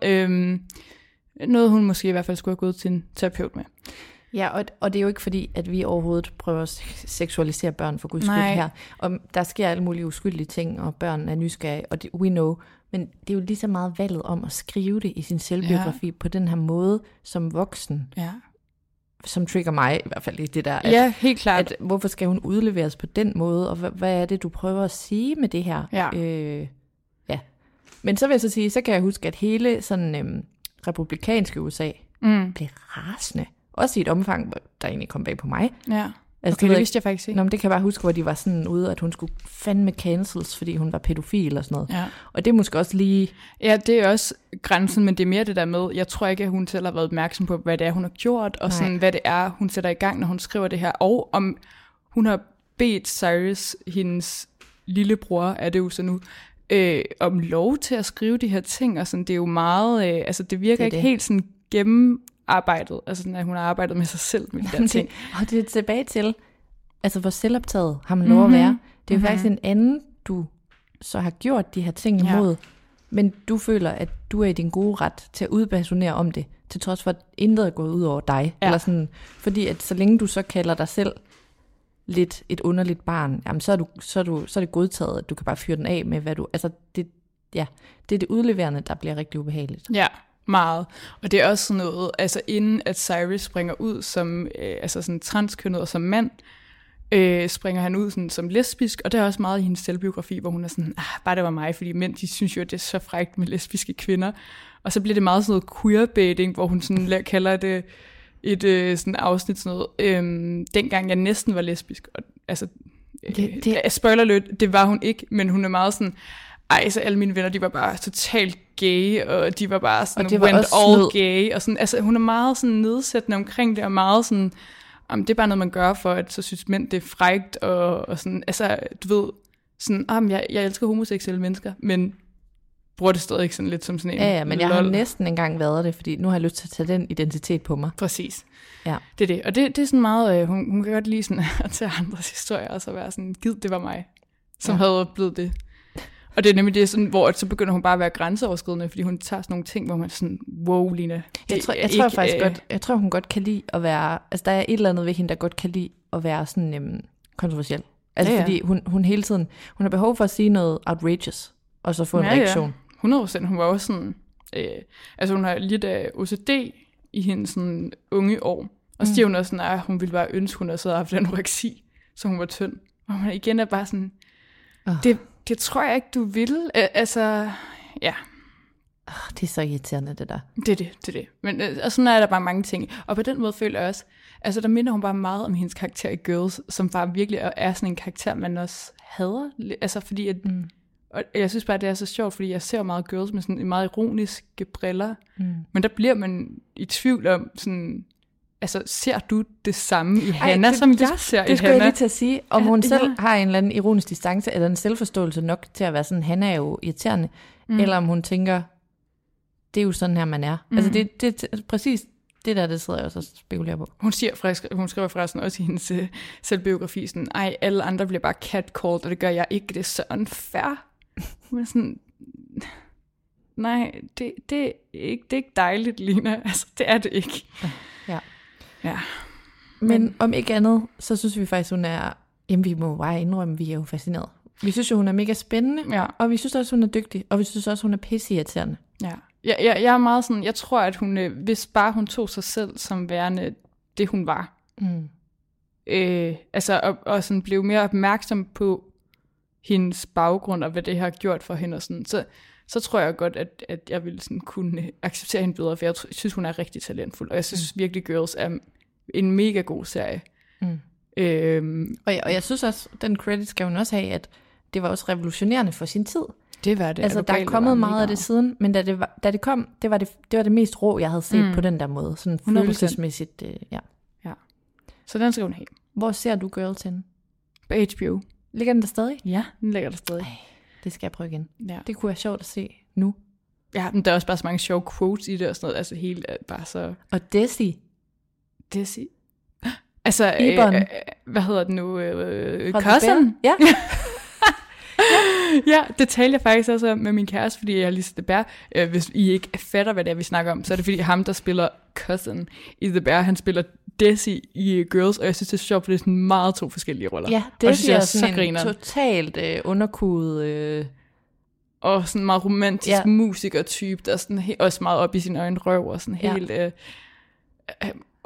noget, hun måske i hvert fald skulle have gået til en terapeut med. Ja, og det er jo ikke fordi, at vi overhovedet prøver at seksualisere børn for guds skyld her. Og der sker alle mulige uskyldige ting, og børn er nysgerrige, og we know. Men det er jo lige så meget valget om at skrive det i sin selvbiografi på den her måde som voksen. Ja. som trigger mig i hvert fald i det der. Ja, helt klart. At, hvorfor skal hun udleveres på den måde, og hvad er det, du prøver at sige med det her? Ja. Ja. Men så vil jeg så sige, så kan jeg huske, at hele sådan republikanske USA blev rasende. Også i et omfang, der egentlig kom bag på mig. Ja. Altså, Okay, det vidste jeg faktisk ikke. Nå, men det kan jeg bare huske, hvor de var sådan ude, at hun skulle fandme cancels, fordi hun var pædofil og sådan noget. Ja. Og det er måske også lige... Ja, det er også grænsen, men det er mere det der med, jeg tror ikke, at hun selv har været opmærksom på, hvad det er, hun har gjort, og sådan, hvad det er, hun sætter i gang, når hun skriver det her, og om hun har bedt Cyrus, hendes lillebror, er det jo så nu, om lov til at skrive de her ting, og sådan, det er jo meget, altså det virker ikke helt sådan gennemarbejdet, altså sådan, at hun har arbejdet med sig selv med de der ting. Og det er tilbage til, altså hvor selvoptaget har man lov at være. Det er jo faktisk en anden, du så har gjort de her ting imod, men du føler, at du er i din gode ret til at udpersonere om det, til trods for, at intet er gået ud over dig. Ja. Eller sådan, fordi at så længe du så kalder dig selv lidt et underligt barn, jamen så er det godtaget, at du kan bare fyre den af med, hvad du... Altså, det er det udleverende, der bliver rigtig ubehageligt. Ja, meget. Og det er også sådan noget, altså inden at Cyrus springer ud som altså sådan transkønnet og som mand, springer han ud sådan, som lesbisk, og det er også meget i hendes selvbiografi, hvor hun er sådan, bare det var mig, fordi mænd, de synes jo, at det er så frækt med lesbiske kvinder. Og så bliver det meget sådan noget queerbaiting, hvor hun sådan kalder det et sådan afsnit sådan noget, dengang jeg næsten var lesbisk. Og, altså, spoiler alert, det var hun ikke, men hun er meget sådan, så alle mine venner, de var bare totalt gay, og de var bare sådan, og det var went all gay, og sådan, altså hun er meget sådan nedsættende omkring det, og meget sådan, det er bare noget, man gør for, at så synes mænd, det er frækt, og sådan, altså, du ved, sådan, jeg elsker homoseksuelle mennesker, men bruger det stadig sådan lidt som sådan en Ja, men jeg har næsten engang været det, fordi nu har jeg lyst til at tage den identitet på mig. Præcis. Ja. Det er det, og det er sådan meget, hun kan godt lide sådan at tage andres historier, og så være sådan, gid, det var mig, som havde blevet det. Og det er nemlig det, sådan, hvor så begynder hun bare at være grænseoverskridende, fordi hun tager sådan nogle ting, hvor man sådan, wow, Lina. Jeg tror, hun godt kan lide at være, altså der er et eller andet ved hende, der godt kan lide at være sådan kontroversiel. Altså fordi hun hele tiden, hun har behov for at sige noget outrageous, og så få en reaktion. 100%, hun var også sådan, altså hun har lidt af OCD i hendes sådan unge år, og så siger hun også sådan, at hun ville bare ønske, hun havde haft anoreksi, så hun var tynd. Og hun igen er bare sådan, det tror jeg ikke, du vil. Altså, ja. Det er så irriterende, det der. Det er det. Men og sådan er der bare mange ting. Og på den måde føler jeg også, altså der minder hun bare meget om hendes karakter i Girls, som bare virkelig er sådan en karakter, man også hader. Altså fordi, at, og jeg synes bare, det er så sjovt, fordi jeg ser meget Girls med sådan meget ironiske briller. Men der bliver man i tvivl om sådan, altså ser du det samme i Hannah, som jeg ser i Hannah? Det skulle jeg lige til at sige, om hun selv har en eller anden ironisk distance, eller en selvforståelse nok til at være sådan, Hannah er jo irriterende, eller om hun tænker, det er jo sådan her, man er. Altså det er præcis det der, det sidder jeg også og spekulerer på. Hun skriver forresten også i hendes selvbiografi sådan, alle andre bliver bare catcalled, og det gør jeg ikke, det er så unfair. Hun er sådan, nej, det er ikke dejligt, Lina. Altså, det er det ikke. Ja. Men om ikke andet, så synes vi faktisk, hun er, jamen vi må bare indrømme, vi er jo fascineret. Vi synes jo, hun er mega spændende, og vi synes også, hun er dygtig, og vi synes også, hun er pisseirriterende. Ja. Jeg er meget sådan, jeg tror, at hun, hvis bare hun tog sig selv som værende det, hun var, altså, og sådan blev mere opmærksom på hendes baggrund, og hvad det har gjort for hende, og sådan, så tror jeg godt, at jeg ville sådan kunne acceptere hende bedre, for jeg synes, hun er rigtig talentfuld, og jeg synes virkelig, Girls er en mega god serie. Og jeg synes også, den credit skal hun også have, at det var også revolutionerende for sin tid. Det var det. Altså, der er kommet meget af det siden, men da det kom, det var det mest rå, jeg havde set på den der måde. Sådan 100%. Følelsesmæssigt, ja. Så den skal hun have. Hvor ser du Girls henne? På HBO. Ligger den der stadig? Ja, den ligger der stadig. Det skal jeg prøve igen. Ja. Det kunne være sjovt at se nu. Ja, men der er også bare så mange sjove quotes i det og sådan noget. Altså helt bare så... Og Desi. Altså, hvad hedder det nu? Cousin? Ja. Ja, det talte jeg faktisk også med min kæreste, fordi jeg har lige set The Bear. Hvis I ikke fatter, hvad det er, vi snakker om, så er det fordi ham, der spiller Cousin i The Bear, han spiller Desi i Girls, og jeg synes, det er sjovt, for det er sådan meget to forskellige roller. Ja, Desi er sådan en totalt underkudet... Og sådan en meget romantisk musikertype, der er sådan også meget op i sin egen røv, og sådan helt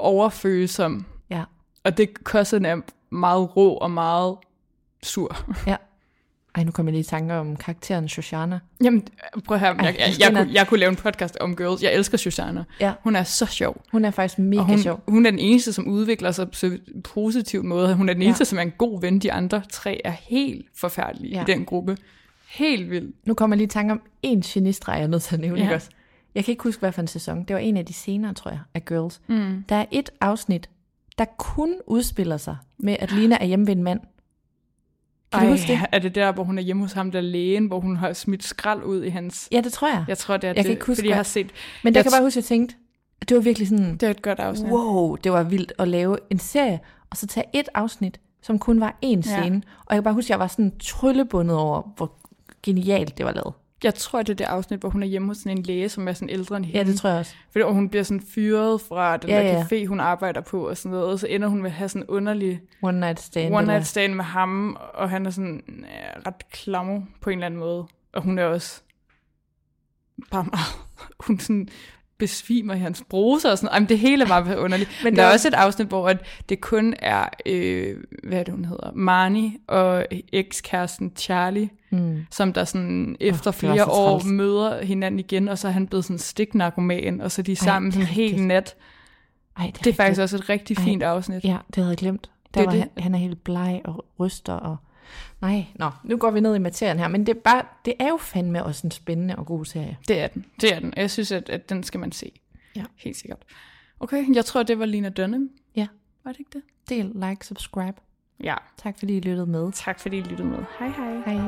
overfølsom. Ja. Og det cousin er meget rå og meget sur. Ja. Ej, nu kommer jeg lige i tanker om karakteren Shoshana. Jamen, prøv at høre. Jeg kunne lave en podcast om Girls. Jeg elsker Shoshana. Ja. Hun er så sjov. Hun er faktisk mega sjov. Hun er den eneste, som udvikler sig på en positiv måde. Hun er den eneste, som er en god ven. De andre 3 er helt forfærdelige i den gruppe. Helt vildt. Nu kommer jeg lige i tanke om en genistreg, jeg er nødt til at nævne. Ikke også? Jeg kan ikke huske, hvad for en sæson. Det var en af de senere, tror jeg, af Girls. Der er et afsnit, der kun udspiller sig med, at Lina er hjemme ved en mand. Kan du huske det? Er det der, hvor hun er hjemme hos ham, der lægen, hvor hun har smidt skrald ud i hans... Ja, det tror jeg. Jeg tror, det er jeg det, kan ikke huske, fordi jeg har set... Men jeg kan bare huske, at jeg tænkte, at det var virkelig sådan... Det er et godt afsnit. Wow, det var vildt at lave en serie, og så tage et afsnit, som kun var én scene. Og jeg kan bare huske, at jeg var sådan tryllebundet over, hvor genialt det var lavet. Jeg tror, det er det afsnit, hvor hun er hjemme hos sådan en læge, som er sådan ældre end hende. Ja, det tror jeg også. Fordi hun bliver sådan fyret fra den der café, hun arbejder på og sådan noget, og så ender hun med at have sådan en underlig one night stand med ham, og han er sådan ret klammer på en eller anden måde. Og hun er også bare meget, hun sådan besvimer i hans bruser og sådan noget. Jamen, det hele var underligt. Men der er også et afsnit, hvor det kun er, hvad er det, hun hedder? Marnie og ekskæresten Charlie, som der sådan efter flere år møder hinanden igen, og så er han blevet sådan stiknarkoman, og så er de sammen sådan en hel nat. Det er faktisk også et rigtig fint afsnit. Ja, det havde jeg glemt. Han er helt bleg og ryster og... Nej, nu går vi ned i materien her, men det er jo fandme også en spændende og god serie. Det er den. Jeg synes, at den skal man se. Ja. Helt sikkert. Okay, jeg tror, det var Lena Dunham. Ja. Var det ikke det? Del, like, subscribe. Ja. Tak fordi I lyttede med. Tak fordi I lyttede med. Hej hej. Hej.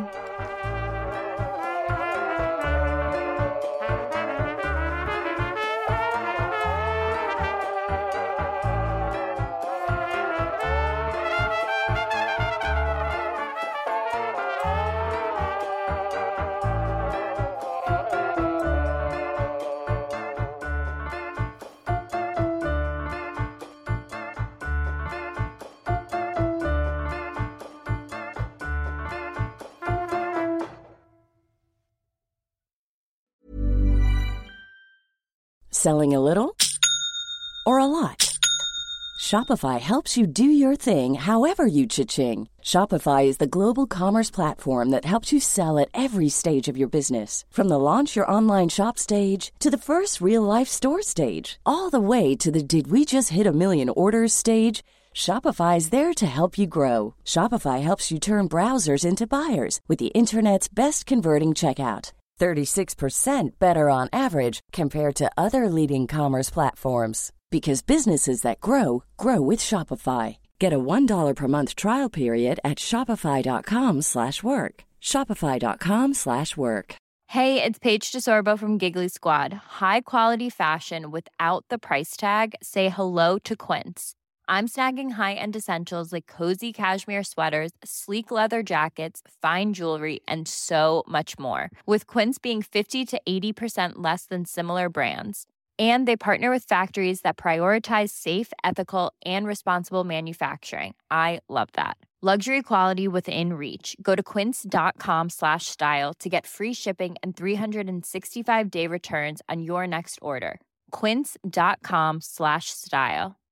Selling a little or a lot? Shopify helps you do your thing however you cha-ching. Shopify is the global commerce platform that helps you sell at every stage of your business. From the launch your online shop stage to the first real-life store stage, all the way to the did we just hit a million orders stage. Shopify is there to help you grow. Shopify helps you turn browsers into buyers with the internet's best converting checkout. 36% better on average compared to other leading commerce platforms. Because businesses that grow, grow with Shopify. Get a $1 per month trial period at shopify.com/work. Shopify.com/work. Hey, it's Paige DeSorbo from Giggly Squad. High quality fashion without the price tag. Say hello to Quince. I'm snagging high-end essentials like cozy cashmere sweaters, sleek leather jackets, fine jewelry, and so much more. With Quince being 50 to 80% less than similar brands. And they partner with factories that prioritize safe, ethical, and responsible manufacturing. I love that. Luxury quality within reach. Go to quince.com/style to get free shipping and 365-day returns on your next order. Quince.com/style.